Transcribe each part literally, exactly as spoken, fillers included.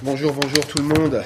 Bonjour, bonjour tout le monde.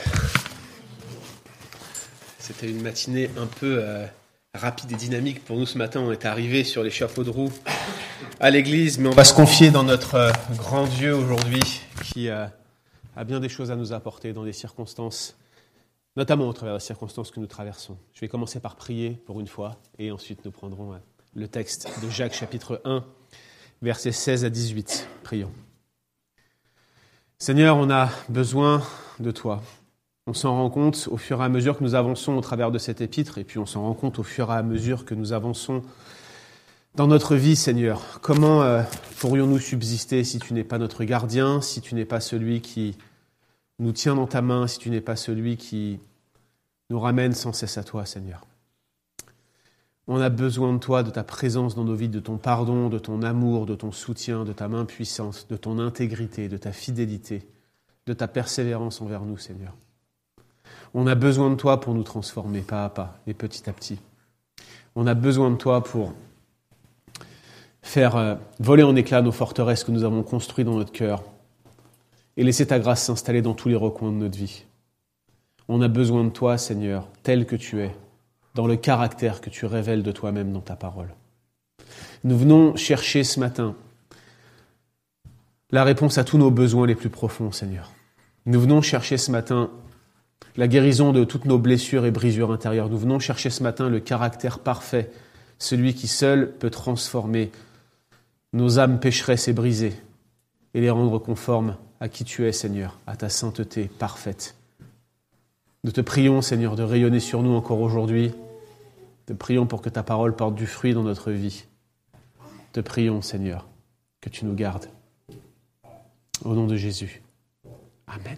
C'était une matinée un peu euh, rapide et dynamique pour nous ce matin. On est arrivés sur les chapeaux de roue à l'église, mais on va se confier dans notre euh, grand Dieu aujourd'hui qui euh, a bien des choses à nous apporter dans des circonstances, notamment au travers des circonstances que nous traversons. Je vais commencer par prier pour une fois et ensuite nous prendrons euh, le texte de Jacques chapitre un, versets seize à dix-huit. Prions. Seigneur, on a besoin de toi. On s'en rend compte au fur et à mesure que nous avançons au travers de cet épître, et puis on s'en rend compte au fur et à mesure que nous avançons dans notre vie, Seigneur. Comment euh, pourrions-nous subsister si tu n'es pas notre gardien, si tu n'es pas celui qui nous tient dans ta main, si tu n'es pas celui qui nous ramène sans cesse à toi, Seigneur. On a besoin de toi, de ta présence dans nos vies, de ton pardon, de ton amour, de ton soutien, de ta main puissante, de ton intégrité, de ta fidélité, de ta persévérance envers nous, Seigneur. On a besoin de toi pour nous transformer pas à pas et petit à petit. On a besoin de toi pour faire euh, voler en éclats nos forteresses que nous avons construites dans notre cœur et laisser ta grâce s'installer dans tous les recoins de notre vie. On a besoin de toi, Seigneur, tel que tu es, dans le caractère que tu révèles de toi-même dans ta parole. Nous venons chercher ce matin la réponse à tous nos besoins les plus profonds, Seigneur. Nous venons chercher ce matin la guérison de toutes nos blessures et brisures intérieures. Nous venons chercher ce matin le caractère parfait, celui qui seul peut transformer nos âmes pécheresses et brisées et les rendre conformes à qui tu es, Seigneur, à ta sainteté parfaite. Nous te prions, Seigneur, de rayonner sur nous encore aujourd'hui. Te prions pour que ta parole porte du fruit dans notre vie. Te prions, Seigneur, que tu nous gardes. Au nom de Jésus. Amen.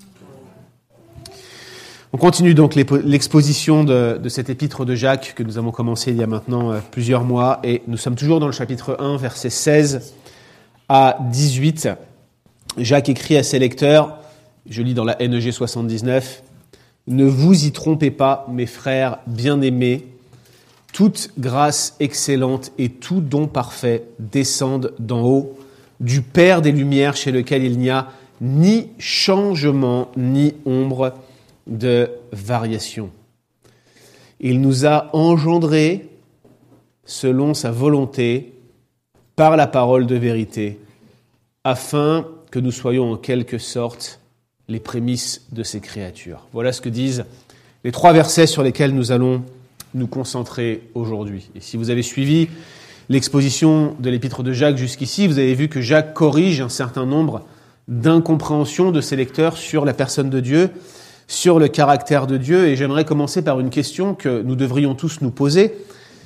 On continue donc l'exposition de, de cet épître de Jacques que nous avons commencé il y a maintenant plusieurs mois. Et nous sommes toujours dans le chapitre un, versets seize à dix-huit. Jacques écrit à ses lecteurs, je lis dans la N E G soixante-dix-neuf, « Ne vous y trompez pas, mes frères bien-aimés, toute grâce excellente et tout don parfait descendent d'en haut, du Père des Lumières chez lequel il n'y a ni changement ni ombre de variation. Il nous a engendrés selon sa volonté par la parole de vérité, afin que nous soyons en quelque sorte les prémices de ces créatures. » Voilà ce que disent les trois versets sur lesquels nous allons nous concentrer aujourd'hui. Et si vous avez suivi l'exposition de l'épître de Jacques jusqu'ici, vous avez vu que Jacques corrige un certain nombre d'incompréhensions de ses lecteurs sur la personne de Dieu, sur le caractère de Dieu, et j'aimerais commencer par une question que nous devrions tous nous poser.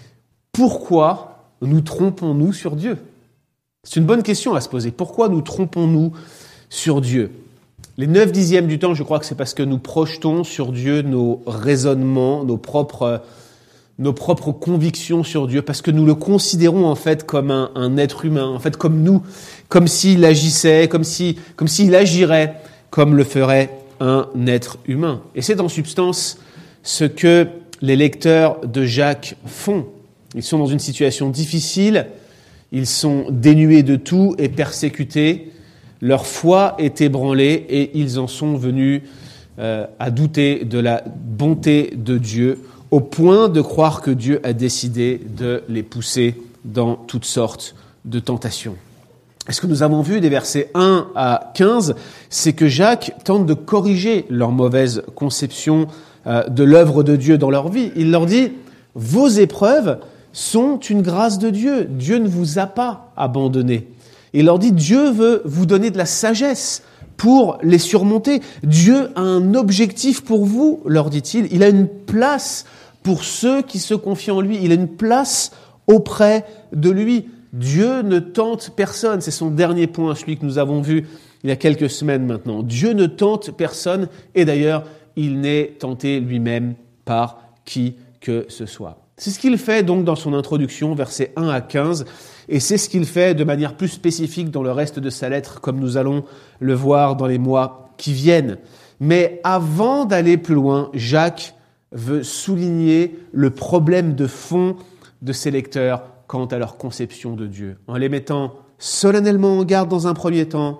Pourquoi nous trompons-nous sur Dieu ? C'est une bonne question à se poser. Pourquoi nous trompons-nous sur Dieu ? Les neuf dixièmes du temps, je crois que c'est parce que nous projetons sur Dieu nos raisonnements, nos propres, nos propres convictions sur Dieu, parce que nous le considérons en fait comme un, un être humain, en fait comme nous, comme s'il agissait, comme si, comme s'il agirait, comme le ferait un être humain. Et c'est en substance ce que les lecteurs de Jacques font. Ils sont dans une situation difficile, ils sont dénués de tout et persécutés. Leur foi est ébranlée et ils en sont venus euh, à douter de la bonté de Dieu, au point de croire que Dieu a décidé de les pousser dans toutes sortes de tentations. Et ce que nous avons vu des versets un à quinze, c'est que Jacques tente de corriger leur mauvaise conception euh, de l'œuvre de Dieu dans leur vie. Il leur dit « Vos épreuves sont une grâce de Dieu. Dieu ne vous a pas abandonné. » Il leur dit, Dieu veut vous donner de la sagesse pour les surmonter. Dieu a un objectif pour vous, leur dit-il. Il a une place pour ceux qui se confient en lui. Il a une place auprès de lui. Dieu ne tente personne. C'est son dernier point, celui que nous avons vu il y a quelques semaines maintenant. Dieu ne tente personne et d'ailleurs, il n'est tenté lui-même par qui que ce soit. C'est ce qu'il fait donc dans son introduction, versets un à quinze, et c'est ce qu'il fait de manière plus spécifique dans le reste de sa lettre, comme nous allons le voir dans les mois qui viennent. Mais avant d'aller plus loin, Jacques veut souligner le problème de fond de ses lecteurs quant à leur conception de Dieu, en les mettant solennellement en garde dans un premier temps,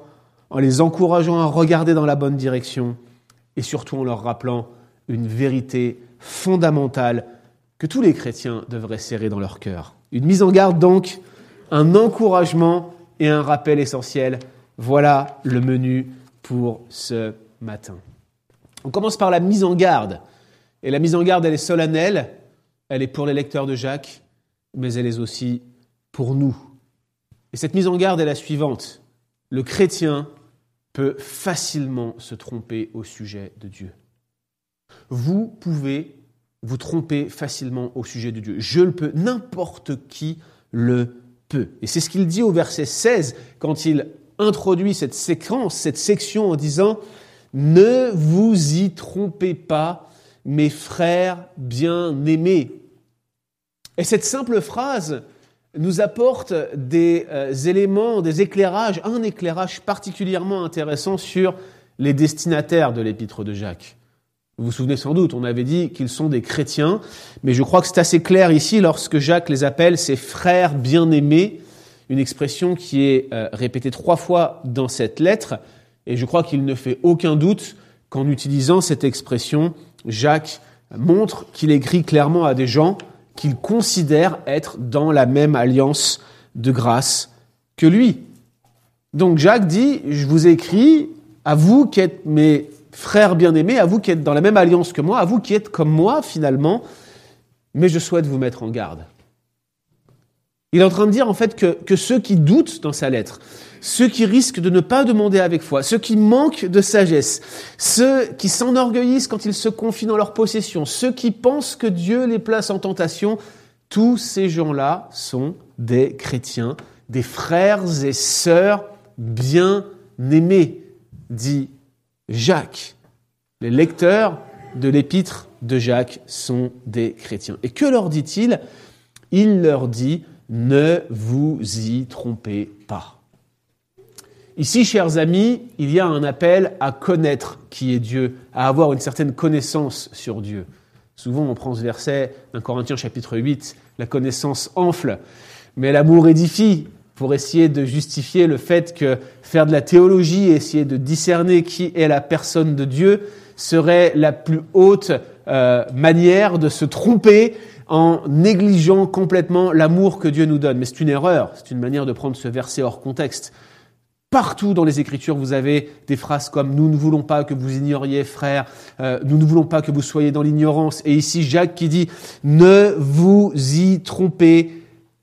en les encourageant à regarder dans la bonne direction et surtout en leur rappelant une vérité fondamentale que tous les chrétiens devraient serrer dans leur cœur. Une mise en garde donc, un encouragement et un rappel essentiel. Voilà le menu pour ce matin. On commence par la mise en garde. Et la mise en garde, elle est solennelle, elle est pour les lecteurs de Jacques, mais elle est aussi pour nous. Et cette mise en garde est la suivante. Le chrétien peut facilement se tromper au sujet de Dieu. Vous pouvez vous tromper facilement au sujet de Dieu. Je le peux, n'importe qui le peut. Et c'est ce qu'il dit au verset seize, quand il introduit cette séquence, cette section en disant « Ne vous y trompez pas, mes frères bien-aimés ». Et cette simple phrase nous apporte des euh, éléments, des éclairages, un éclairage particulièrement intéressant sur les destinataires de l'épître de Jacques. Vous vous souvenez sans doute, on avait dit qu'ils sont des chrétiens, mais je crois que c'est assez clair ici lorsque Jacques les appelle ses frères bien-aimés, une expression qui est euh, répétée trois fois dans cette lettre, et je crois qu'il ne fait aucun doute qu'en utilisant cette expression, Jacques montre qu'il écrit clairement à des gens qu'il considère être dans la même alliance de grâce que lui. Donc Jacques dit, je vous écris à vous qui êtes mes frères bien-aimés, à vous qui êtes dans la même alliance que moi, à vous qui êtes comme moi finalement, mais je souhaite vous mettre en garde. Il est en train de dire en fait que, que ceux qui doutent dans sa lettre, ceux qui risquent de ne pas demander avec foi, ceux qui manquent de sagesse, ceux qui s'enorgueillissent quand ils se confient dans leur possession, ceux qui pensent que Dieu les place en tentation, tous ces gens-là sont des chrétiens, des frères et sœurs bien-aimés, dit Jacques. Les lecteurs de l'épître de Jacques sont des chrétiens. Et que leur dit-il ? Il leur dit « Ne vous y trompez pas ». Ici, chers amis, il y a un appel à connaître qui est Dieu, à avoir une certaine connaissance sur Dieu. Souvent, on prend ce verset d'un Corinthiens chapitre huit, la connaissance enfle, mais l'amour édifie, pour essayer de justifier le fait que faire de la théologie et essayer de discerner qui est la personne de Dieu serait la plus haute euh, manière de se tromper en négligeant complètement l'amour que Dieu nous donne. Mais c'est une erreur, c'est une manière de prendre ce verset hors contexte. Partout dans les Écritures, vous avez des phrases comme « Nous ne voulons pas que vous ignoriez, frères, euh, nous ne voulons pas que vous soyez dans l'ignorance ». Et ici, Jacques qui dit « Ne vous y trompez pas ».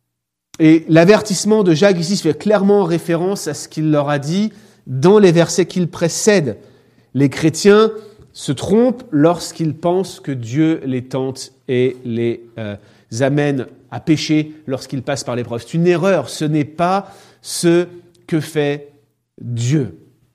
Et l'avertissement de Jacques ici fait clairement référence à ce qu'il leur a dit dans les versets qui le précèdent. Les chrétiens se trompent lorsqu'ils pensent que Dieu les tente et les euh, amène à pécher lorsqu'ils passent par l'épreuve. C'est une erreur, ce n'est pas ce que fait Dieu.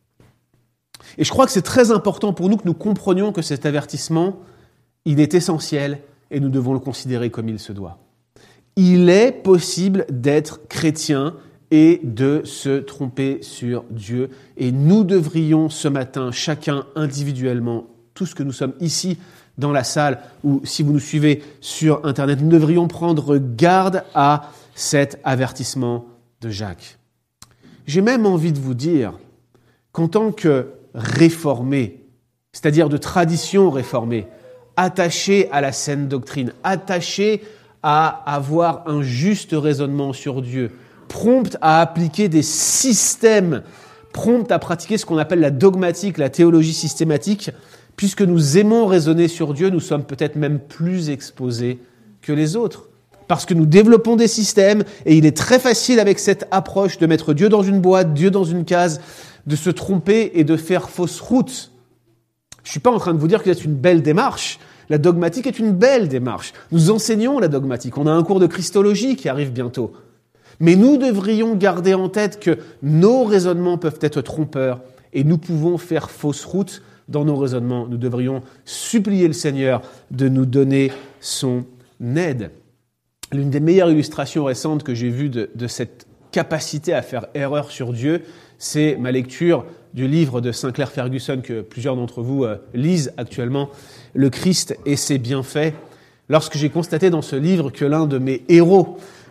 Et je crois que c'est très important pour nous que nous comprenions que cet avertissement, il est essentiel et nous devons le considérer comme il se doit. Il est possible d'être chrétien et de se tromper sur Dieu. Et nous devrions ce matin, chacun individuellement, tous que nous sommes ici dans la salle, ou si vous nous suivez sur Internet, nous devrions prendre garde à cet avertissement de Jacques. J'ai même envie de vous dire qu'en tant que réformé, c'est-à-dire de tradition réformée, attaché à la saine doctrine, attaché à avoir un juste raisonnement sur Dieu, prompt à appliquer des systèmes, prompt à pratiquer ce qu'on appelle la dogmatique, la théologie systématique, puisque nous aimons raisonner sur Dieu, nous sommes peut-être même plus exposés que les autres. Parce que nous développons des systèmes, et il est très facile avec cette approche de mettre Dieu dans une boîte, Dieu dans une case, de se tromper et de faire fausse route. Je ne suis pas en train de vous dire que c'est une belle démarche. La dogmatique est une belle démarche. Nous enseignons la dogmatique. On a un cours de christologie qui arrive bientôt. Mais nous devrions garder en tête que nos raisonnements peuvent être trompeurs et nous pouvons faire fausse route dans nos raisonnements. Nous devrions supplier le Seigneur de nous donner son aide. L'une des meilleures illustrations récentes que j'ai vues de, de cette capacité à faire erreur sur Dieu, c'est ma lecture du livre de Sinclair Ferguson que plusieurs d'entre vous euh, lisent actuellement, Le Christ et ses bienfaits. Lorsque j'ai constaté dans ce livre que l'un de mes héros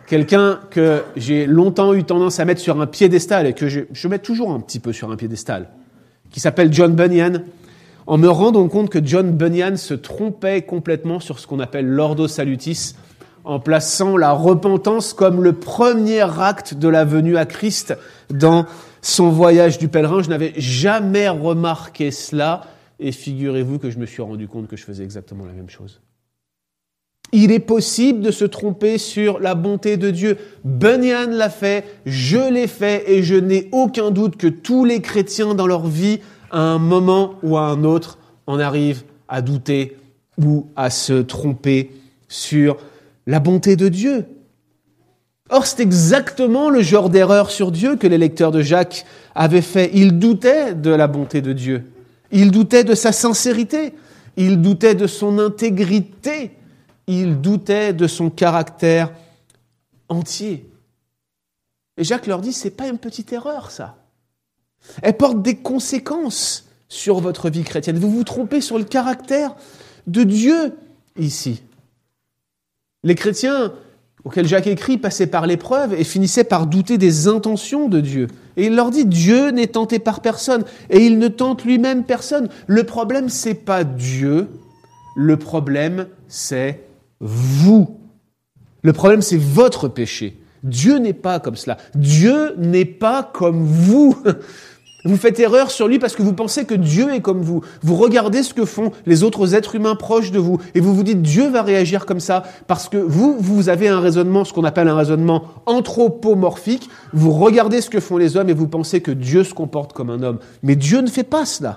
quelqu'un que j'ai longtemps eu tendance à mettre sur un piédestal et que je, je mets toujours un petit peu sur un piédestal, qui s'appelle John Bunyan, en me rendant compte que John Bunyan se trompait complètement sur ce qu'on appelle l'ordo salutis, en plaçant la repentance comme le premier acte de la venue à Christ dans son voyage du pèlerin. Je n'avais jamais remarqué cela, et figurez-vous que je me suis rendu compte que je faisais exactement la même chose. Il est possible de se tromper sur la bonté de Dieu. Bunyan l'a fait, je l'ai fait, et je n'ai aucun doute que tous les chrétiens dans leur vie, à un moment ou à un autre, en arrivent à douter ou à se tromper sur la bonté de Dieu. Or, c'est exactement le genre d'erreur sur Dieu que les lecteurs de Jacques avaient fait. Ils doutaient de la bonté de Dieu. Ils doutaient de sa sincérité. Ils doutaient de son intégrité. Ils doutaient de son caractère entier. Et Jacques leur dit, c'est pas une petite erreur, ça. Elle porte des conséquences sur votre vie chrétienne. Vous vous trompez sur le caractère de Dieu ici. Les chrétiens auxquels Jacques écrit passaient par l'épreuve et finissaient par douter des intentions de Dieu. Et il leur dit, Dieu n'est tenté par personne et il ne tente lui-même personne. Le problème, c'est pas Dieu. Le problème, c'est vous. Le problème, c'est votre péché. Dieu n'est pas comme cela. Dieu n'est pas comme vous. Vous faites erreur sur lui parce que vous pensez que Dieu est comme vous. Vous regardez ce que font les autres êtres humains proches de vous et vous vous dites Dieu va réagir comme ça parce que vous, vous avez un raisonnement, ce qu'on appelle un raisonnement anthropomorphique. Vous regardez ce que font les hommes et vous pensez que Dieu se comporte comme un homme. Mais Dieu ne fait pas cela.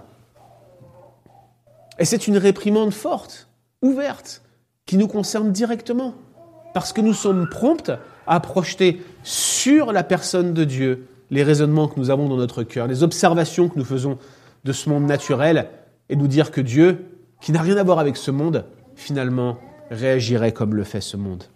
Et c'est une réprimande forte, ouverte, qui nous concerne directement. Parce que nous sommes prompts à projeter sur la personne de Dieu les raisonnements que nous avons dans notre cœur, les observations que nous faisons de ce monde naturel, et nous dire que Dieu, qui n'a rien à voir avec ce monde, finalement réagirait comme le fait ce monde.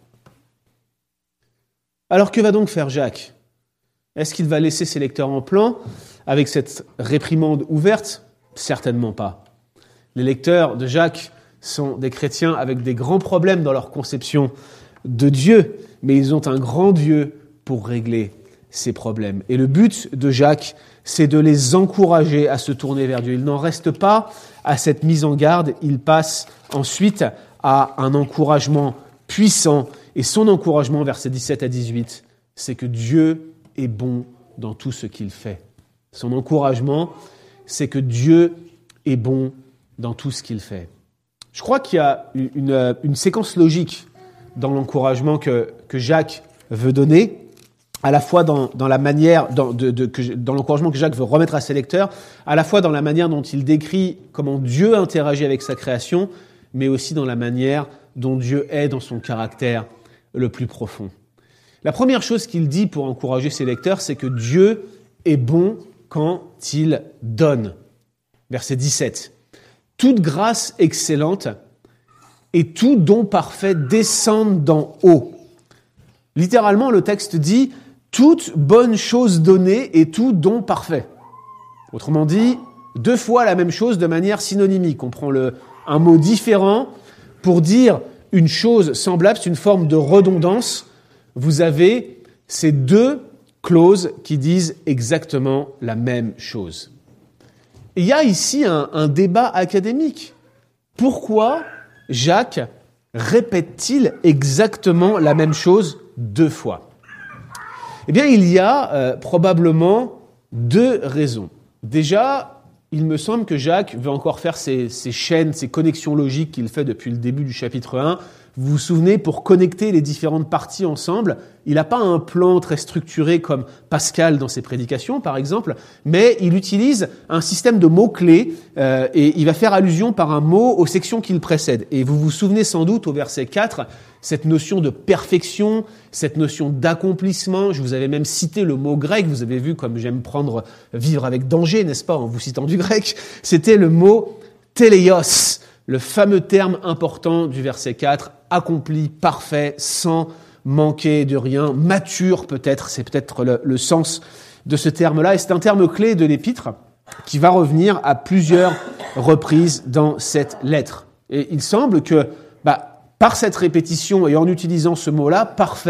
Alors que va donc faire Jacques ? Est-ce qu'il va laisser ses lecteurs en plan avec cette réprimande ouverte ? Certainement pas. Les lecteurs de Jacques sont des chrétiens avec des grands problèmes dans leur conception de Dieu, mais ils ont un grand Dieu pour régler ces problèmes. Et le but de Jacques, c'est de les encourager à se tourner vers Dieu. Il n'en reste pas à cette mise en garde, il passe ensuite à un encouragement puissant. Et son encouragement, versets dix-sept à dix-huit, c'est que Dieu est bon dans tout ce qu'il fait. Son encouragement, c'est que Dieu est bon dans tout ce qu'il fait. Je crois qu'il y a une, une séquence logique dans l'encouragement que, que Jacques veut donner, à la fois dans, dans la manière, dans, de, de, que, dans l'encouragement que Jacques veut remettre à ses lecteurs, à la fois dans la manière dont il décrit comment Dieu interagit avec sa création, mais aussi dans la manière dont Dieu est dans son caractère le plus profond. La première chose qu'il dit pour encourager ses lecteurs, c'est que Dieu est bon quand il donne. Verset dix-sept. Toute grâce excellente et tout don parfait descendent d'en haut. Littéralement, le texte dit « toute bonne chose donnée et tout don parfait ». Autrement dit, deux fois la même chose de manière synonymique. On prend le, un mot différent pour dire une chose semblable, c'est une forme de redondance. Vous avez ces deux clauses qui disent exactement la même chose. Et il y a ici un, un débat académique. Pourquoi Jacques répète-t-il exactement la même chose deux fois ? Eh bien, il y a euh, probablement deux raisons. Déjà, il me semble que Jacques veut encore faire ces, ces chaînes, ces connexions logiques qu'il fait depuis le début du chapitre un. Vous vous souvenez, pour connecter les différentes parties ensemble, il n'a pas un plan très structuré comme Pascal dans ses prédications, par exemple, mais il utilise un système de mots-clés euh, et il va faire allusion par un mot aux sections qui le précèdent. Et vous vous souvenez sans doute au verset quatre, cette notion de perfection, cette notion d'accomplissement. Je vous avais même cité le mot grec, vous avez vu comme j'aime prendre vivre avec danger, n'est-ce pas, en vous citant du grec. C'était le mot téléos, le fameux terme important du verset quatre, accompli, parfait, sans manquer de rien, mature peut-être, c'est peut-être le, le sens de ce terme-là. Et c'est un terme clé de l'épître qui va revenir à plusieurs reprises dans cette lettre. Et il semble que, bah, par cette répétition et en utilisant ce mot-là, parfait,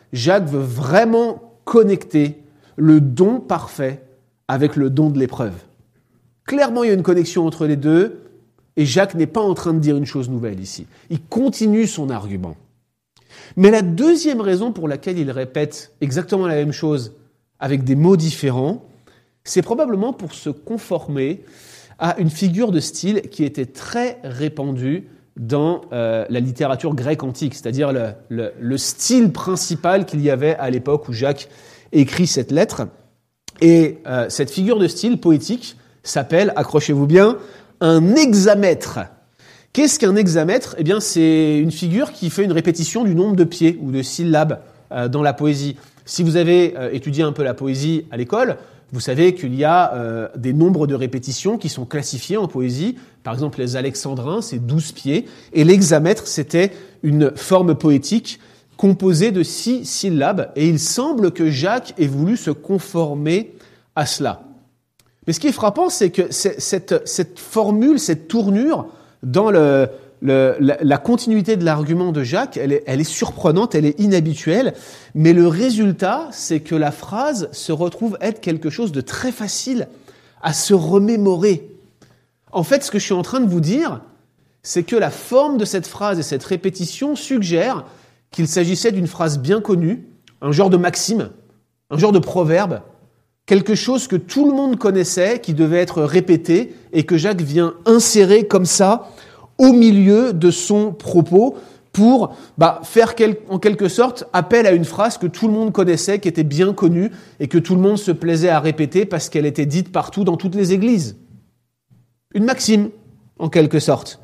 Jacques veut vraiment connecter le don parfait avec le don de l'épreuve. Clairement, il y a une connexion entre les deux, et Jacques n'est pas en train de dire une chose nouvelle ici. Il continue son argument. Mais la deuxième raison pour laquelle il répète exactement la même chose avec des mots différents, c'est probablement pour se conformer à une figure de style qui était très répandue dans euh, la littérature grecque antique, c'est-à-dire le, le, le style principal qu'il y avait à l'époque où Jacques écrit cette lettre. Et euh, cette figure de style poétique s'appelle, accrochez-vous bien, un hexamètre. Qu'est-ce qu'un hexamètre ? Eh bien, c'est une figure qui fait une répétition du nombre de pieds ou de syllabes euh, dans la poésie. Si vous avez euh, étudié un peu la poésie à l'école, vous savez qu'il y a euh, des nombres de répétitions qui sont classifiés en poésie. Par exemple, les alexandrins, c'est douze pieds. Et l'hexamètre, c'était une forme poétique composée de six syllabes. Et il semble que Jacques ait voulu se conformer à cela. Mais ce qui est frappant, c'est que cette, cette formule, cette tournure, dans le, le, la, la continuité de l'argument de Jacques, elle est, elle est surprenante, elle est inhabituelle, mais le résultat, c'est que la phrase se retrouve être quelque chose de très facile à se remémorer. En fait, ce que je suis en train de vous dire, c'est que la forme de cette phrase et cette répétition suggère qu'il s'agissait d'une phrase bien connue, un genre de maxime, un genre de proverbe, quelque chose que tout le monde connaissait, qui devait être répété, et que Jacques vient insérer comme ça au milieu de son propos pour bah, faire quel, en quelque sorte appel à une phrase que tout le monde connaissait, qui était bien connue, et que tout le monde se plaisait à répéter parce qu'elle était dite partout dans toutes les églises. Une maxime, en quelque sorte.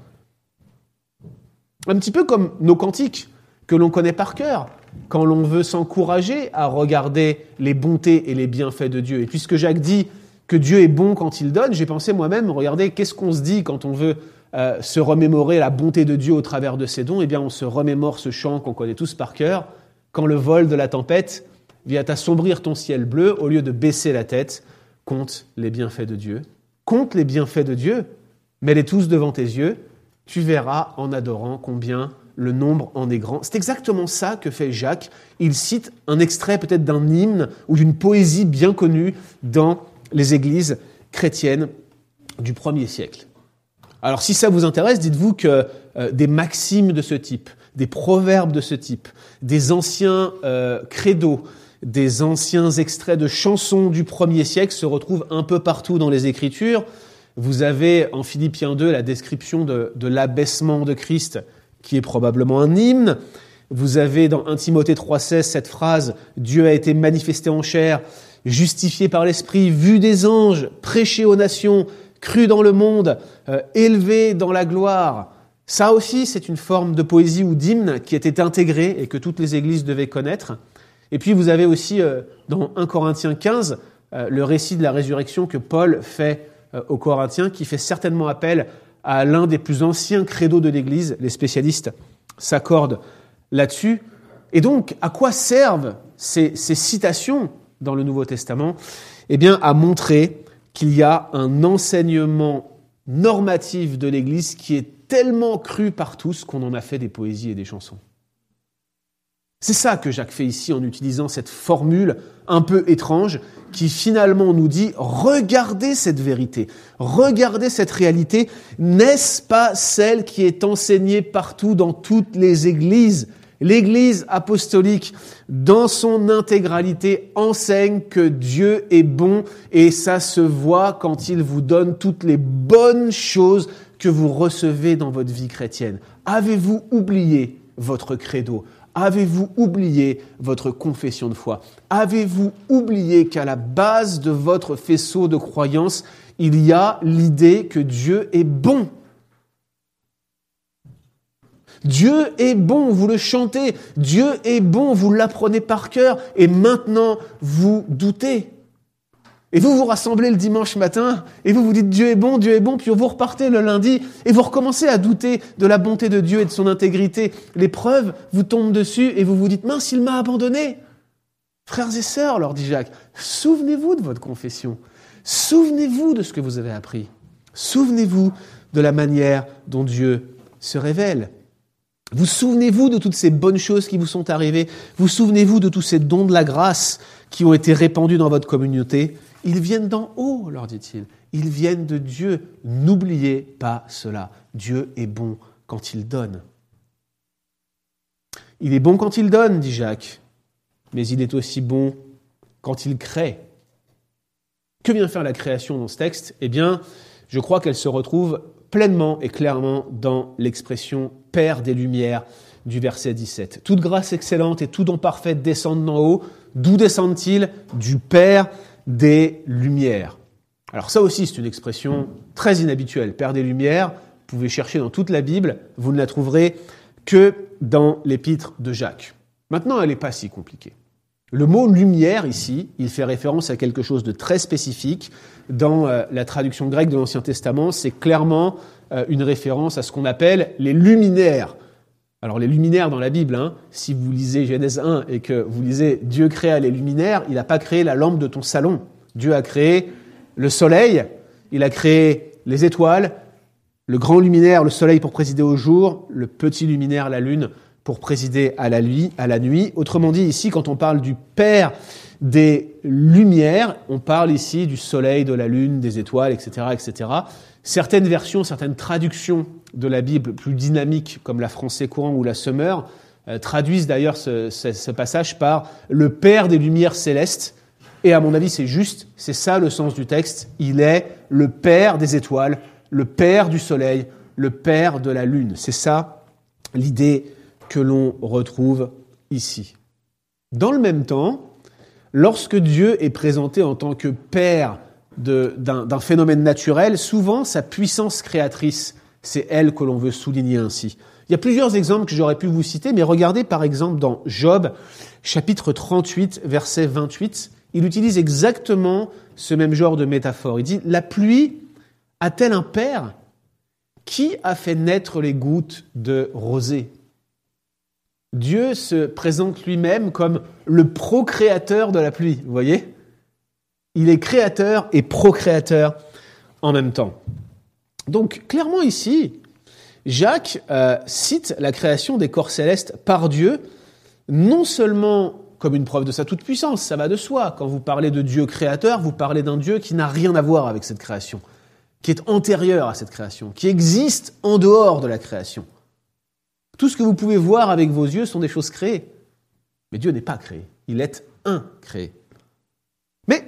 Un petit peu comme nos cantiques, que l'on connaît par cœur, quand l'on veut s'encourager à regarder les bontés et les bienfaits de Dieu. Et puisque Jacques dit que Dieu est bon quand il donne, j'ai pensé moi-même, regardez, qu'est-ce qu'on se dit quand on veut euh, se remémorer la bonté de Dieu au travers de ses dons ? Eh bien, on se remémore ce chant qu'on connaît tous par cœur. Quand le vol de la tempête vient assombrir ton ciel bleu, au lieu de baisser la tête, compte les bienfaits de Dieu. Compte les bienfaits de Dieu, mets-les tous devant tes yeux, tu verras en adorant combien le nombre en est grand. C'est exactement ça que fait Jacques. Il cite un extrait peut-être d'un hymne ou d'une poésie bien connue dans les églises chrétiennes du premier siècle. Alors si ça vous intéresse, dites-vous que euh, des maximes de ce type, des proverbes de ce type, des anciens euh, credos, des anciens extraits de chansons du premier siècle se retrouvent un peu partout dans les Écritures. Vous avez en Philippiens deux la description de, de l'abaissement de Christ, qui est probablement un hymne. Vous avez dans un Timothée trois seize cette phrase « Dieu a été manifesté en chair, justifié par l'Esprit, vu des anges, prêché aux nations, cru dans le monde, euh, élevé dans la gloire ». Ça aussi, c'est une forme de poésie ou d'hymne qui était intégrée et que toutes les églises devaient connaître. Et puis vous avez aussi euh, dans un Corinthiens quinze euh, le récit de la résurrection que Paul fait euh, aux Corinthiens, qui fait certainement appel à l'un des plus anciens credos de l'Église. Les spécialistes s'accordent là-dessus. Et donc, à quoi servent ces, ces citations dans le Nouveau Testament ? Eh bien, à montrer qu'il y a un enseignement normatif de l'Église qui est tellement cru par tous qu'on en a fait des poésies et des chansons. C'est ça que Jacques fait ici en utilisant cette formule un peu étrange qui finalement nous dit « Regardez cette vérité, regardez cette réalité, n'est-ce pas celle qui est enseignée partout dans toutes les églises ?» L'Église apostolique, dans son intégralité, enseigne que Dieu est bon et ça se voit quand il vous donne toutes les bonnes choses que vous recevez dans votre vie chrétienne. Avez-vous oublié votre credo ? Avez-vous oublié votre confession de foi ? Avez-vous oublié qu'à la base de votre faisceau de croyance, il y a l'idée que Dieu est bon ? Dieu est bon, vous le chantez. Dieu est bon, vous l'apprenez par cœur. Et maintenant, vous doutez. Et vous vous rassemblez le dimanche matin et vous vous dites Dieu est bon, Dieu est bon, puis vous repartez le lundi et vous recommencez à douter de la bonté de Dieu et de son intégrité. Les preuves vous tombent dessus et vous vous dites mince, il m'a abandonné. Frères et sœurs, leur dit Jacques, souvenez-vous de votre confession. Souvenez-vous de ce que vous avez appris. Souvenez-vous de la manière dont Dieu se révèle. Vous souvenez-vous de toutes ces bonnes choses qui vous sont arrivées? Vous souvenez-vous de tous ces dons de la grâce qui ont été répandus dans votre communauté? Ils viennent d'en haut, leur dit-il. Ils viennent de Dieu. N'oubliez pas cela. Dieu est bon quand il donne. Il est bon quand il donne, dit Jacques, mais il est aussi bon quand il crée. Que vient faire la création dans ce texte? Eh bien, je crois qu'elle se retrouve pleinement et clairement dans l'expression « Père des Lumières » du verset dix-sept. Toute grâce excellente et tout don parfait descendent d'en haut. D'où descendent-ils? Du Père des Lumières. Alors ça aussi, c'est une expression très inhabituelle. Père des Lumières, vous pouvez chercher dans toute la Bible, vous ne la trouverez que dans l'épître de Jacques. Maintenant, elle n'est pas si compliquée. Le mot « lumière » ici, il fait référence à quelque chose de très spécifique. Dans euh, la traduction grecque de l'Ancien Testament, c'est clairement euh, une référence à ce qu'on appelle les luminaires. Alors les luminaires dans la Bible, hein, si vous lisez Genèse un et que vous lisez « Dieu créa les luminaires », il n'a pas créé la lampe de ton salon. Dieu a créé le soleil, il a créé les étoiles, le grand luminaire, le soleil pour présider au jour, le petit luminaire, la lune, pour présider à la nuit, à la nuit. Autrement dit, ici, quand on parle du Père des Lumières, on parle ici du soleil, de la lune, des étoiles, et cetera, et cetera. Certaines versions, certaines traductions de la Bible plus dynamiques, comme la Français courant ou la Semeur, euh, traduisent d'ailleurs ce, ce, ce passage par « le Père des Lumières célestes ». Et à mon avis, c'est juste, c'est ça le sens du texte. Il est le Père des étoiles, le Père du soleil, le Père de la lune. C'est ça l'idée que l'on retrouve ici. Dans le même temps, lorsque Dieu est présenté en tant que Père de, d'un, d'un phénomène naturel, souvent sa puissance créatrice, c'est elle que l'on veut souligner ainsi. Il y a plusieurs exemples que j'aurais pu vous citer, mais regardez par exemple dans Job, chapitre trente-huit, verset vingt-huit, il utilise exactement ce même genre de métaphore. Il dit « La pluie a-t-elle un père? Qui a fait naître les gouttes de rosée ?» Dieu se présente lui-même comme le procréateur de la pluie, vous voyez? Il est créateur et procréateur en même temps. Donc, clairement ici, Jacques euh, cite la création des corps célestes par Dieu, non seulement comme une preuve de sa toute-puissance, ça va de soi. Quand vous parlez de Dieu créateur, vous parlez d'un Dieu qui n'a rien à voir avec cette création, qui est antérieur à cette création, qui existe en dehors de la création. Tout ce que vous pouvez voir avec vos yeux sont des choses créées. Mais Dieu n'est pas créé, il est incréé. Mais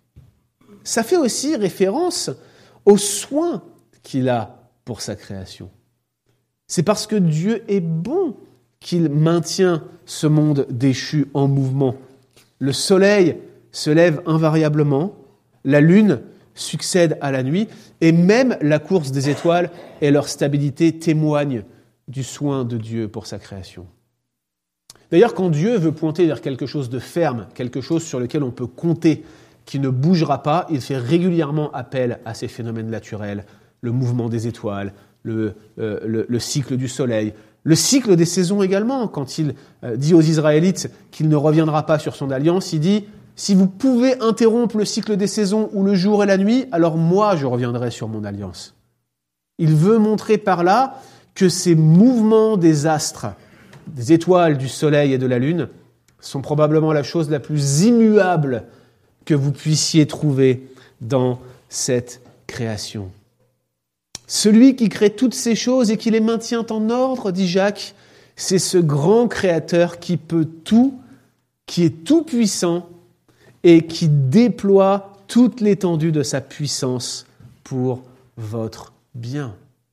ça fait aussi référence aux soins qu'il a pour sa création. C'est parce que Dieu est bon qu'il maintient ce monde déchu en mouvement. Le soleil se lève invariablement, la lune succède à la nuit, et même la course des étoiles et leur stabilité témoignent du soin de Dieu pour sa création. D'ailleurs, quand Dieu veut pointer vers quelque chose de ferme, quelque chose sur lequel on peut compter, qui ne bougera pas, il fait régulièrement appel à ces phénomènes naturels, le mouvement des étoiles, le, euh, le, le cycle du soleil, le cycle des saisons également. Quand il euh, dit aux Israélites qu'il ne reviendra pas sur son alliance, il dit « Si vous pouvez interrompre le cycle des saisons ou le jour et la nuit, alors moi je reviendrai sur mon alliance. » Il veut montrer par là que ces mouvements des astres, des étoiles, du soleil et de la lune, sont probablement la chose la plus immuable que vous puissiez trouver dans cette création. Celui qui crée toutes ces choses et qui les maintient en ordre, dit Jacques, c'est ce grand créateur qui peut tout, qui est tout-puissant et qui déploie toute l'étendue de sa puissance pour votre bien.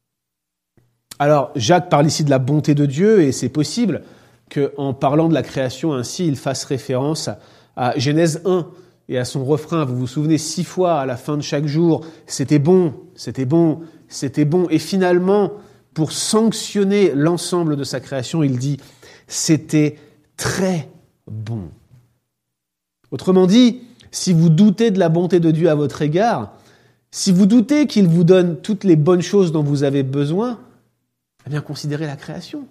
Alors, Jacques parle ici de la bonté de Dieu et c'est possible qu'en parlant de la création ainsi, il fasse référence à, à Genèse un et à son refrain. Vous vous souvenez six fois à la fin de chaque jour, c'était bon, c'était bon, c'était bon. Et finalement, pour sanctionner l'ensemble de sa création, il dit « c'était très bon ». Autrement dit, si vous doutez de la bonté de Dieu à votre égard, si vous doutez qu'il vous donne toutes les bonnes choses dont vous avez besoin, eh bien considérez la création.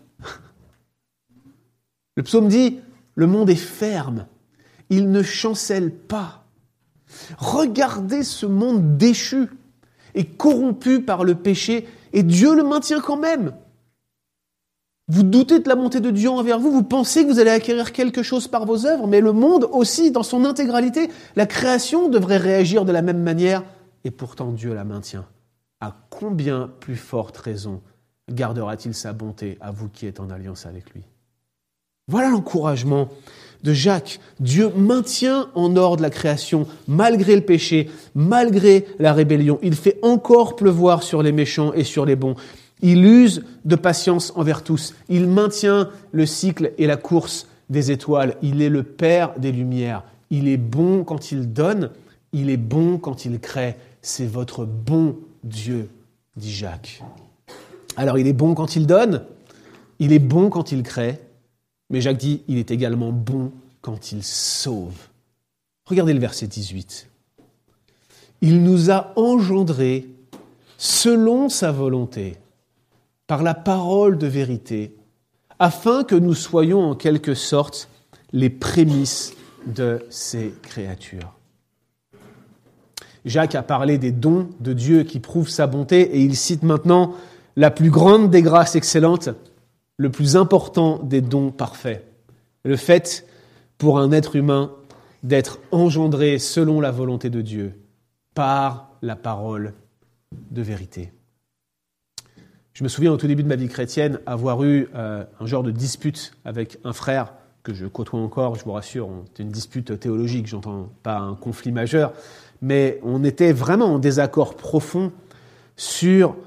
Le psaume dit « le monde est ferme, il ne chancelle pas ». Regardez ce monde déchu et corrompu par le péché, et Dieu le maintient quand même. Vous doutez de la bonté de Dieu envers vous, vous pensez que vous allez acquérir quelque chose par vos œuvres, mais le monde aussi, dans son intégralité, la création devrait réagir de la même manière, et pourtant Dieu la maintient. À combien plus forte raison gardera-t-il sa bonté à vous qui êtes en alliance avec lui? Voilà l'encouragement de Jacques. Dieu maintient en ordre la création, malgré le péché, malgré la rébellion. Il fait encore pleuvoir sur les méchants et sur les bons. Il use de patience envers tous. Il maintient le cycle et la course des étoiles. Il est le Père des lumières. Il est bon quand il donne. Il est bon quand il crée. C'est votre bon Dieu, dit Jacques. Alors, il est bon quand il donne. Il est bon quand il crée. Mais Jacques dit, il est également bon quand il sauve. Regardez le verset dix-huit. Il nous a engendrés selon sa volonté, par la parole de vérité, afin que nous soyons en quelque sorte les prémices de ses créatures. Jacques a parlé des dons de Dieu qui prouvent sa bonté et il cite maintenant la plus grande des grâces excellentes, le plus important des dons parfaits. Le fait pour un être humain d'être engendré selon la volonté de Dieu par la parole de vérité. Je me souviens au tout début de ma vie chrétienne avoir eu euh, un genre de dispute avec un frère que je côtoie encore, je vous rassure, c'était une dispute théologique, j'entends pas un conflit majeur, mais on était vraiment en désaccord profond sur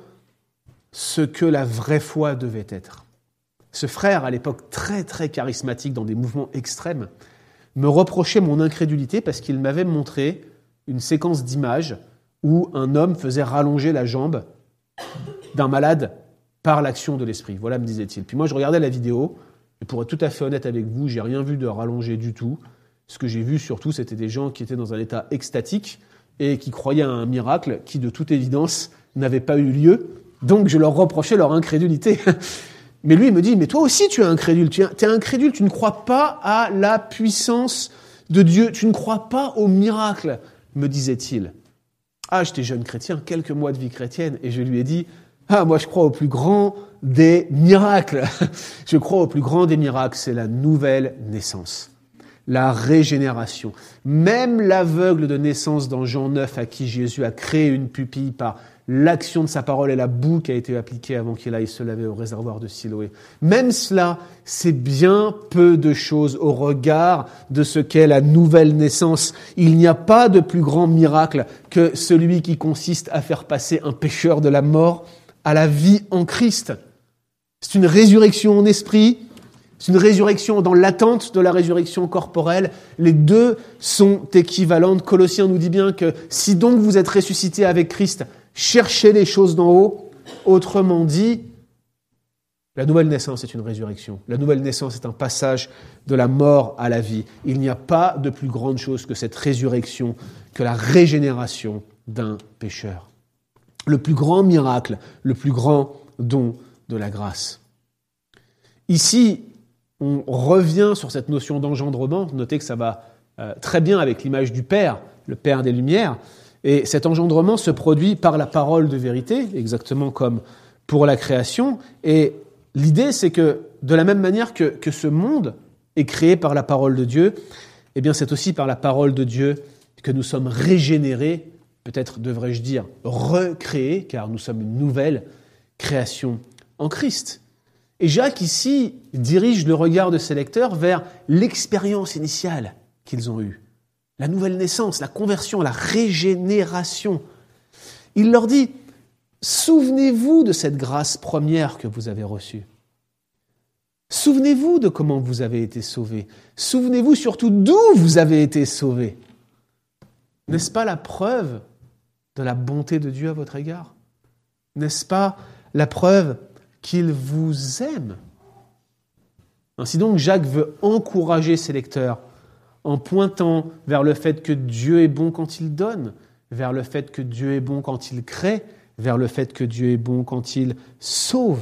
ce que la vraie foi devait être. Ce frère, à l'époque très très charismatique dans des mouvements extrêmes, me reprochait mon incrédulité parce qu'il m'avait montré une séquence d'images où un homme faisait rallonger la jambe d'un malade par l'action de l'esprit. Voilà, me disait-il. Puis moi, je regardais la vidéo, et pour être tout à fait honnête avec vous, j'ai rien vu de rallongé du tout. Ce que j'ai vu surtout, c'était des gens qui étaient dans un état extatique et qui croyaient à un miracle qui, de toute évidence, n'avait pas eu lieu. Donc, je leur reprochais leur incrédulité. Mais lui, il me dit, mais toi aussi, tu es incrédule. Tu es incrédule, tu ne crois pas à la puissance de Dieu. Tu ne crois pas au miracle, me disait-il. Ah, j'étais jeune chrétien, quelques mois de vie chrétienne, et je lui ai dit, ah, moi, je crois au plus grand des miracles. Je crois au plus grand des miracles, c'est la nouvelle naissance, la régénération. Même l'aveugle de naissance dans Jean neuf, à qui Jésus a créé une pupille par l'action de sa parole et la boue qui a été appliquée avant qu'il aille se laver au réservoir de Siloé. Même cela, c'est bien peu de choses au regard de ce qu'est la nouvelle naissance. Il n'y a pas de plus grand miracle que celui qui consiste à faire passer un pécheur de la mort à la vie en Christ. C'est une résurrection en esprit, c'est une résurrection dans l'attente de la résurrection corporelle. Les deux sont équivalentes. Colossiens nous dit bien que si donc vous êtes ressuscités avec Christ, cherchez les choses d'en haut. Autrement dit, la nouvelle naissance est une résurrection. La nouvelle naissance est un passage de la mort à la vie. Il n'y a pas de plus grande chose que cette résurrection, que la régénération d'un pécheur. Le plus grand miracle, le plus grand don de la grâce. Ici, on revient sur cette notion d'engendrement. Notez que ça va euh, très bien avec l'image du Père, le Père des Lumières. Et cet engendrement se produit par la parole de vérité, exactement comme pour la création. Et l'idée, c'est que de la même manière que, que ce monde est créé par la parole de Dieu, eh bien c'est aussi par la parole de Dieu que nous sommes régénérés, peut-être devrais-je dire recréés, car nous sommes une nouvelle création en Christ. Et Jacques, ici, dirige le regard de ses lecteurs vers l'expérience initiale qu'ils ont eue. La nouvelle naissance, la conversion, la régénération. Il leur dit, souvenez-vous de cette grâce première que vous avez reçue. Souvenez-vous de comment vous avez été sauvés. Souvenez-vous surtout d'où vous avez été sauvés. N'est-ce pas la preuve de la bonté de Dieu à votre égard? N'est-ce pas la preuve qu'il vous aime? Ainsi donc, Jacques veut encourager ses lecteurs en pointant vers le fait que Dieu est bon quand il donne, vers le fait que Dieu est bon quand il crée, vers le fait que Dieu est bon quand il sauve.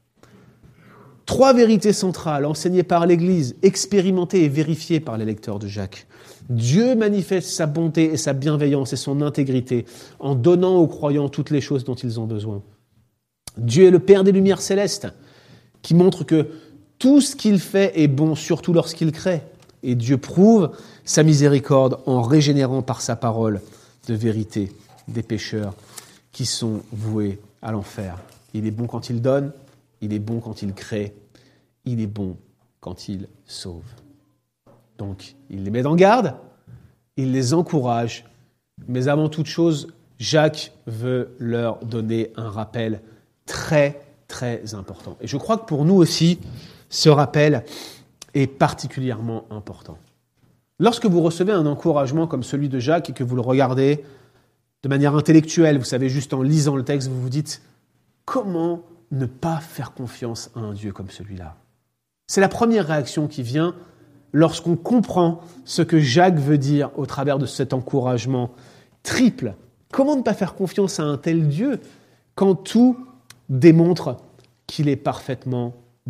Trois vérités centrales enseignées par l'Église, expérimentées et vérifiées par les lecteurs de Jacques. Dieu manifeste sa bonté et sa bienveillance et son intégrité en donnant aux croyants toutes les choses dont ils ont besoin. Dieu est le Père des Lumières célestes. qui montre que tout ce qu'il fait est bon, surtout lorsqu'il crée. Et Dieu prouve sa miséricorde en régénérant par sa parole de vérité des pécheurs qui sont voués à l'enfer. Il est bon quand il donne, il est bon quand il crée, il est bon quand il sauve. Donc, il les met en garde, il les encourage, mais avant toute chose, Jacques veut leur donner un rappel très, très important. Et je crois que pour nous aussi, ce rappel est particulièrement important. Lorsque vous recevez un encouragement comme celui de Jacques et que vous le regardez de manière intellectuelle, vous savez, juste en lisant le texte, vous vous dites « Comment ne pas faire confiance à un Dieu comme celui-là » C'est la première réaction qui vient lorsqu'on comprend ce que Jacques veut dire au travers de cet encouragement triple. Comment ne pas faire confiance à un tel Dieu quand tout démontre qu'il est parfaitement bon ?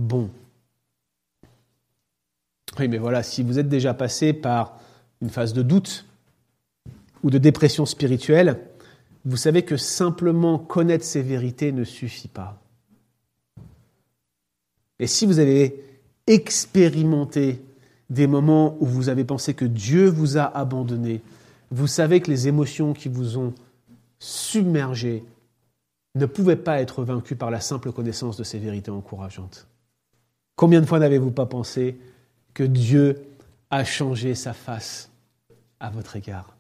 Oui, mais voilà, si vous êtes déjà passé par une phase de doute ou de dépression spirituelle, vous savez que simplement connaître ces vérités ne suffit pas. Et si vous avez expérimenté des moments où vous avez pensé que Dieu vous a abandonné, vous savez que les émotions qui vous ont submergé ne pouvaient pas être vaincues par la simple connaissance de ces vérités encourageantes. Combien de fois n'avez-vous pas pensé que Dieu a changé sa face à votre égard?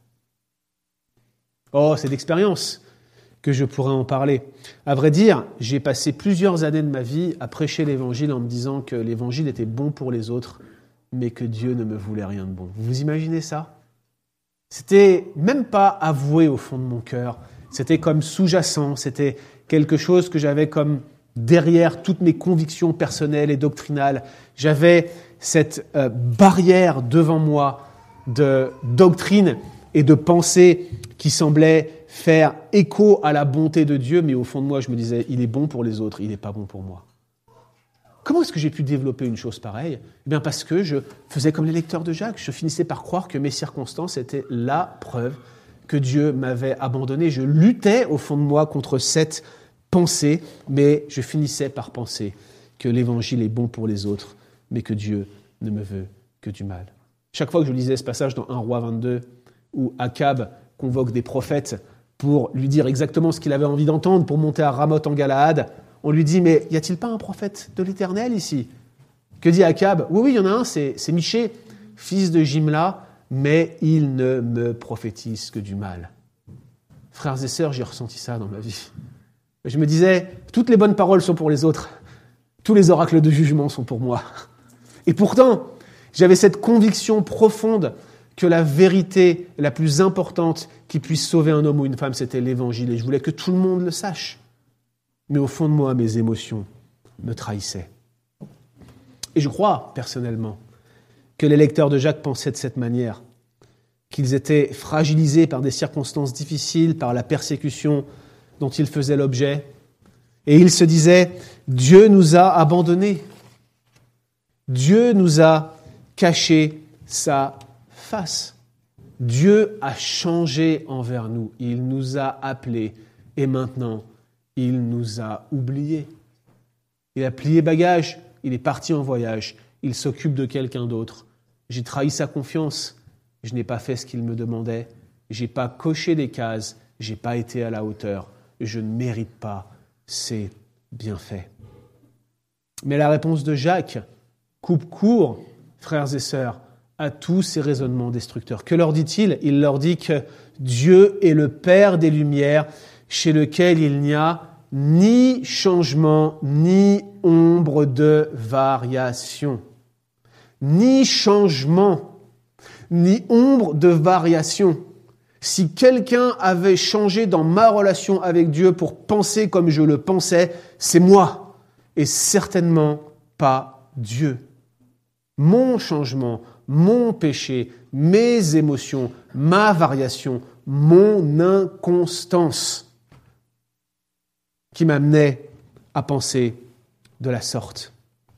Oh, c'est d'expérience que je pourrais en parler. À vrai dire, j'ai passé plusieurs années de ma vie à prêcher l'Évangile en me disant que l'Évangile était bon pour les autres, mais que Dieu ne me voulait rien de bon. Vous vous imaginez ça? C'était même pas avoué au fond de mon cœur. C'était comme sous-jacent. C'était quelque chose que j'avais comme derrière toutes mes convictions personnelles et doctrinales. J'avais cette euh, barrière devant moi de doctrine et de pensée qui semblait faire écho à la bonté de Dieu, mais au fond de moi, je me disais, il est bon pour les autres, il n'est pas bon pour moi. Comment est-ce que j'ai pu développer une chose pareille ? Eh bien parce que je faisais comme les lecteurs de Jacques, je finissais par croire que mes circonstances étaient la preuve que Dieu m'avait abandonné. Je luttais au fond de moi contre cette pensée, mais je finissais par penser que l'Évangile est bon pour les autres, mais que Dieu ne me veut que du mal. Chaque fois que je lisais ce passage dans un roi vingt-deux, où Akab convoque des prophètes pour lui dire exactement ce qu'il avait envie d'entendre, pour monter à Ramoth en Galaad, on lui dit, mais y a-t-il pas un prophète de l'Éternel ici ? Que dit Akab ? Oui, oui, il y en a un, c'est, c'est Michée, fils de Jimla, mais il ne me prophétise que du mal. Frères et sœurs, j'ai ressenti ça dans ma vie. Je me disais, toutes les bonnes paroles sont pour les autres, tous les oracles de jugement sont pour moi. Et pourtant, j'avais cette conviction profonde que la vérité la plus importante qui puisse sauver un homme ou une femme, c'était l'Évangile, et je voulais que tout le monde le sache. Mais au fond de moi, mes émotions me trahissaient. Et je crois, personnellement, que les lecteurs de Jacques pensaient de cette manière, qu'ils étaient fragilisés par des circonstances difficiles, par la persécution dont ils faisaient l'objet, et ils se disaient, Dieu nous a abandonnés, Dieu nous a caché sa face, Dieu a changé envers nous, il nous a appelés, et maintenant, il nous a oubliés. Il a plié bagage, il est parti en voyage, il s'occupe de quelqu'un d'autre. J'ai trahi sa confiance, je n'ai pas fait ce qu'il me demandait, j'ai pas coché des cases, j'ai pas été à la hauteur, je ne mérite pas ses bienfaits. Mais la réponse de Jacques coupe court, frères et sœurs, à tous ces raisonnements destructeurs. Que leur dit-il ? Il leur dit que Dieu est le Père des Lumières, chez lequel il n'y a ni changement, ni ombre de variation. Ni changement, ni ombre de variation. Si quelqu'un avait changé dans ma relation avec Dieu pour penser comme je le pensais, c'est moi, et certainement pas Dieu. Mon changement, mon péché, mes émotions, ma variation, mon inconstance qui m'amenait à penser de la sorte.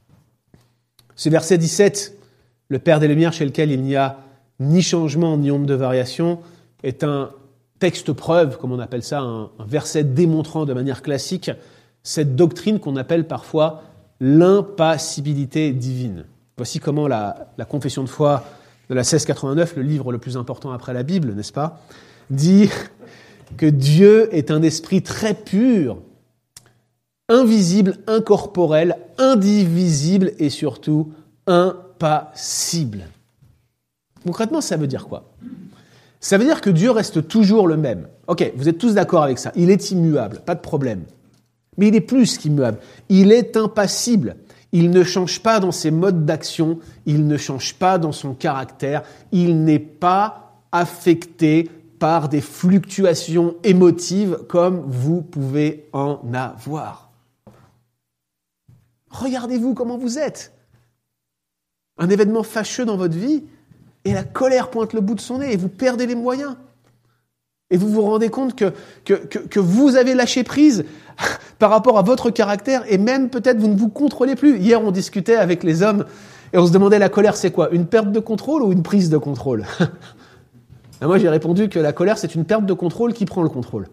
Ce verset dix-sept, le Père des Lumières chez lequel il n'y a ni changement ni ombre de variation, est un texte preuve, comme on appelle ça, un, un verset démontrant de manière classique cette doctrine qu'on appelle parfois l'impassibilité divine. Voici comment la, la confession de foi de la seize quatre-vingt-neuf, le livre le plus important après la Bible, n'est-ce pas, dit que Dieu est un esprit très pur, invisible, incorporel, indivisible et surtout impassible. Concrètement, ça veut dire quoi ? Ça veut dire que Dieu reste toujours le même. Ok, vous êtes tous d'accord avec ça. Il est immuable, pas de problème. Mais il est plus qu'immuable. Il est impassible. Il ne change pas dans ses modes d'action. Il ne change pas dans son caractère. Il n'est pas affecté par des fluctuations émotives comme vous pouvez en avoir. Regardez-vous comment vous êtes. Un événement fâcheux dans votre vie, et la colère pointe le bout de son nez, et vous perdez les moyens. Et vous vous rendez compte que, que, que, que vous avez lâché prise par rapport à votre caractère, et même peut-être vous ne vous contrôlez plus. Hier, on discutait avec les hommes, et on se demandait la colère, c'est quoi ? Une perte de contrôle ou une prise de contrôle ? Et moi, j'ai répondu que la colère, c'est une perte de contrôle qui prend le contrôle.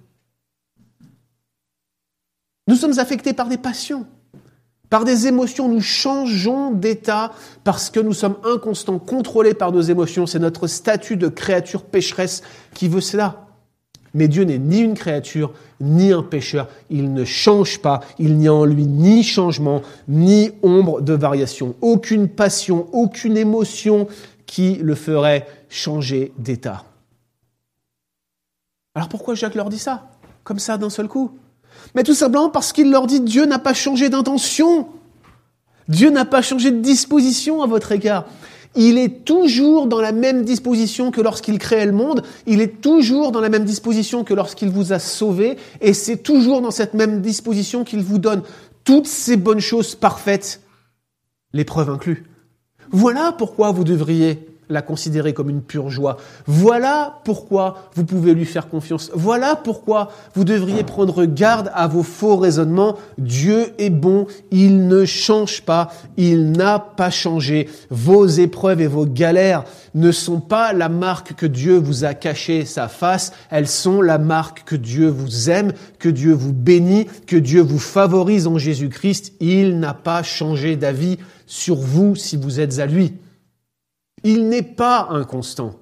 Nous sommes affectés par des passions. Par des émotions, nous changeons d'état parce que nous sommes inconstants, contrôlés par nos émotions. C'est notre statut de créature pécheresse qui veut cela. Mais Dieu n'est ni une créature, ni un pécheur. Il ne change pas. Il n'y a en lui ni changement, ni ombre de variation. Aucune passion, aucune émotion qui le ferait changer d'état. Alors pourquoi Jacques leur dit ça ? Comme ça, d'un seul coup ? Mais tout simplement parce qu'il leur dit « Dieu n'a pas changé d'intention. Dieu n'a pas changé de disposition à votre égard. Il est toujours dans la même disposition que lorsqu'il créait le monde. Il est toujours dans la même disposition que lorsqu'il vous a sauvé. Et c'est toujours dans cette même disposition qu'il vous donne toutes ces bonnes choses parfaites, l'épreuve inclue. Voilà pourquoi vous devriez la considérer comme une pure joie. Voilà pourquoi vous pouvez lui faire confiance. Voilà pourquoi vous devriez prendre garde à vos faux raisonnements. Dieu est bon, il ne change pas, il n'a pas changé. Vos épreuves et vos galères ne sont pas la marque que Dieu vous a caché sa face, elles sont la marque que Dieu vous aime, que Dieu vous bénit, que Dieu vous favorise en Jésus-Christ. Il n'a pas changé d'avis sur vous si vous êtes à lui. Il n'est pas inconstant.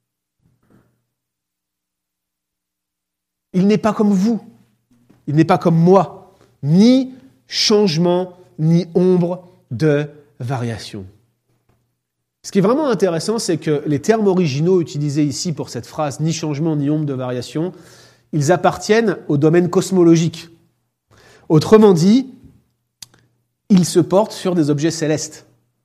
Il n'est pas comme vous. Il n'est pas comme moi. Ni changement, ni ombre de variation. Ce qui est vraiment intéressant, c'est que les termes originaux utilisés ici pour cette phrase, ni changement, ni ombre de variation, ils appartiennent au domaine cosmologique. Autrement dit, ils se portent sur des objets célestes.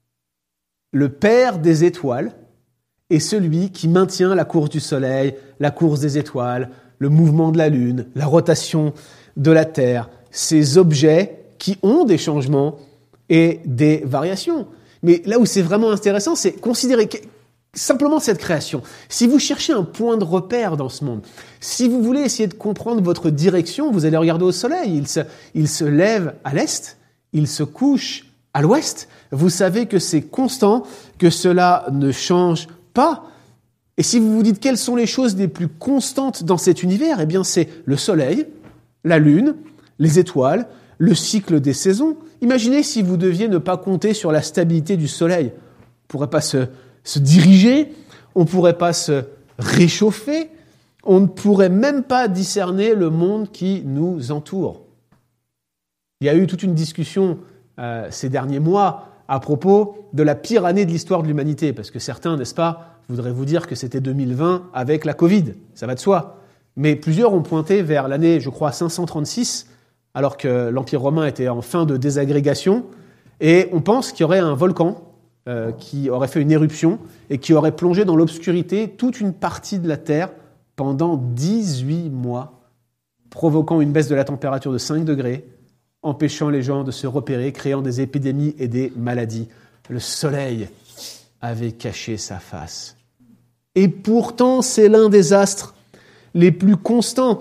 Le Père des étoiles est celui qui maintient la course du Soleil, la course des étoiles, le mouvement de la Lune, la rotation de la Terre, ces objets qui ont des changements et des variations. Mais là où c'est vraiment intéressant, c'est considérer simplement cette création. Si vous cherchez un point de repère dans ce monde, si vous voulez essayer de comprendre votre direction, vous allez regarder au Soleil. Il se, il se lève à l'est, il se couche à l'ouest. Vous savez que c'est constant, que cela ne change pas. Et si vous vous dites quelles sont les choses les plus constantes dans cet univers, eh bien c'est le soleil, la lune, les étoiles, le cycle des saisons. Imaginez si vous deviez ne pas compter sur la stabilité du soleil. On ne pourrait pas se, se diriger, on ne pourrait pas se réchauffer, on ne pourrait même pas discerner le monde qui nous entoure. Il y a eu toute une discussion euh, ces derniers mois à propos de la pire année de l'histoire de l'humanité, parce que certains, n'est-ce pas, voudraient vous dire que c'était deux mille vingt avec la Covid, ça va de soi. Mais plusieurs ont pointé vers l'année, je crois, cinq cent trente-six, alors que l'Empire romain était en fin de désagrégation, et on pense qu'il y aurait un volcan euh, qui aurait fait une éruption et qui aurait plongé dans l'obscurité toute une partie de la Terre pendant dix-huit mois, provoquant une baisse de la température de cinq degrés, empêchant les gens de se repérer, créant des épidémies et des maladies. Le soleil avait caché sa face. Et pourtant, c'est l'un des astres les plus constants.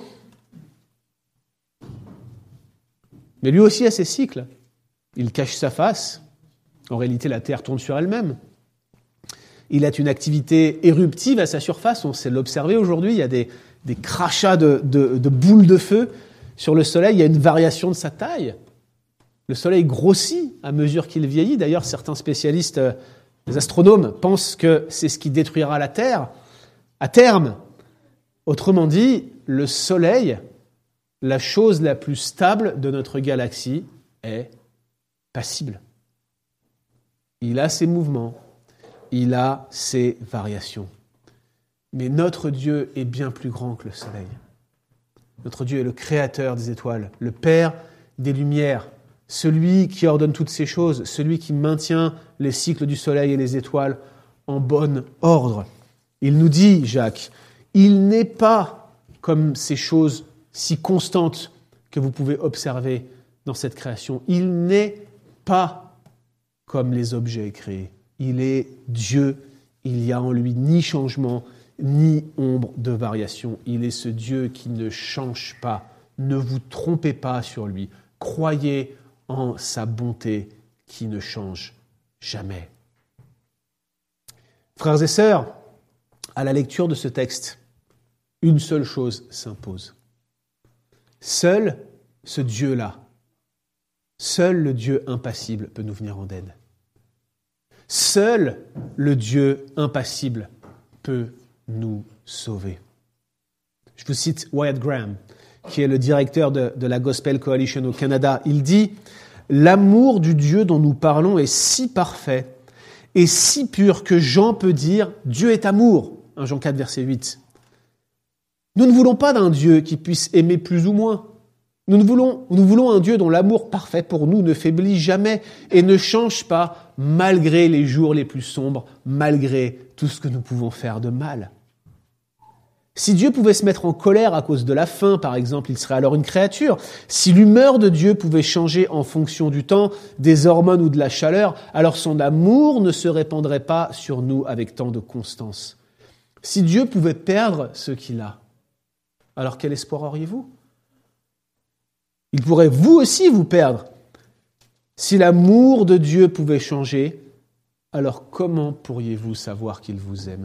Mais lui aussi a ses cycles. Il cache sa face. En réalité, la Terre tourne sur elle-même. Il a une activité éruptive à sa surface. On sait l'observer aujourd'hui. Il y a des, des crachats de, de, de boules de feu sur le Soleil. Il y a une variation de sa taille. Le soleil grossit à mesure qu'il vieillit. D'ailleurs, certains spécialistes, euh, les astronomes, pensent que c'est ce qui détruira la Terre à terme. Autrement dit, le soleil, la chose la plus stable de notre galaxie, est passible. Il a ses mouvements, il a ses variations. Mais notre Dieu est bien plus grand que le soleil. Notre Dieu est le créateur des étoiles, le Père des lumières, celui qui ordonne toutes ces choses, celui qui maintient les cycles du soleil et les étoiles en bon ordre. Il nous dit, Jacques, il n'est pas comme ces choses si constantes que vous pouvez observer dans cette création. Il n'est pas comme les objets créés. Il est Dieu. Il n'y a en lui ni changement, ni ombre de variation. Il est ce Dieu qui ne change pas. Ne vous trompez pas sur lui. Croyez en sa bonté qui ne change jamais. Frères et sœurs, à la lecture de ce texte, une seule chose s'impose. Seul ce Dieu-là, seul le Dieu impassible peut nous venir en aide. Seul le Dieu impassible peut nous sauver. Je vous cite Wyatt Graham, qui est le directeur de, de la Gospel Coalition au Canada. Il dit « L'amour du Dieu dont nous parlons est si parfait et si pur que Jean peut dire « Dieu est amour ». un Jean quatre, verset huit. Nous ne voulons pas d'un Dieu qui puisse aimer plus ou moins. Nous, ne voulons, nous voulons un Dieu dont l'amour parfait pour nous ne faiblit jamais et ne change pas malgré les jours les plus sombres, malgré tout ce que nous pouvons faire de mal. Si Dieu pouvait se mettre en colère à cause de la faim, par exemple, il serait alors une créature. Si l'humeur de Dieu pouvait changer en fonction du temps, des hormones ou de la chaleur, alors son amour ne se répandrait pas sur nous avec tant de constance. Si Dieu pouvait perdre ce qu'il a, alors quel espoir auriez-vous ? Il pourrait vous aussi vous perdre. Si l'amour de Dieu pouvait changer, alors comment pourriez-vous savoir qu'il vous aime ?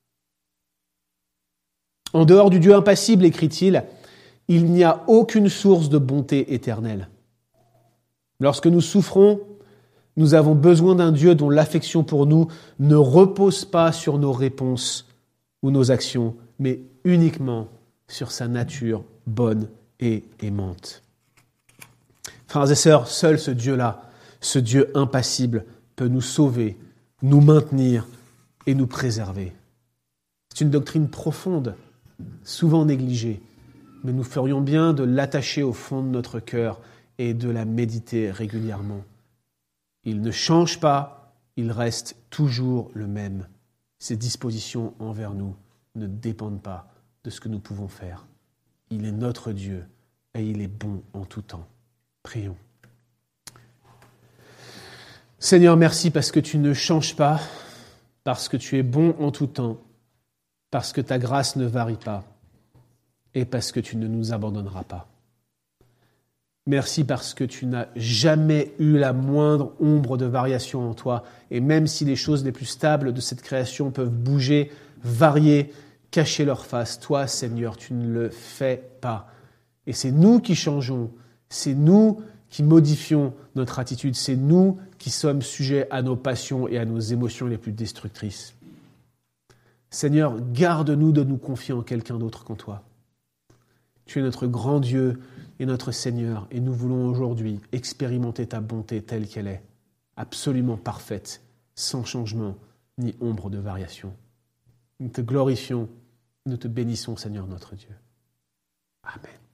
En dehors du Dieu impassible, écrit-il, il n'y a aucune source de bonté éternelle. Lorsque nous souffrons, nous avons besoin d'un Dieu dont l'affection pour nous ne repose pas sur nos réponses ou nos actions, mais uniquement sur sa nature bonne et aimante. Frères et sœurs, seul ce Dieu-là, ce Dieu impassible, peut nous sauver, nous maintenir et nous préserver. C'est une doctrine profonde, souvent négligée, mais nous ferions bien de l'attacher au fond de notre cœur et de la méditer régulièrement. Il ne change pas, il reste toujours le même. Ses dispositions envers nous ne dépendent pas de ce que nous pouvons faire. Il est notre Dieu et il est bon en tout temps. Prions. Seigneur, merci parce que tu ne changes pas, parce que tu es bon en tout temps, parce que ta grâce ne varie pas et parce que tu ne nous abandonneras pas. Merci parce que tu n'as jamais eu la moindre ombre de variation en toi. Et même si les choses les plus stables de cette création peuvent bouger, varier, cacher leur face, toi, Seigneur, tu ne le fais pas. Et c'est nous qui changeons, c'est nous qui modifions notre attitude, c'est nous qui sommes sujets à nos passions et à nos émotions les plus destructrices. Seigneur, garde-nous de nous confier en quelqu'un d'autre qu'en toi. Tu es notre grand Dieu et notre Seigneur, et nous voulons aujourd'hui expérimenter ta bonté telle qu'elle est, absolument parfaite, sans changement ni ombre de variation. Nous te glorifions, nous te bénissons, Seigneur notre Dieu. Amen.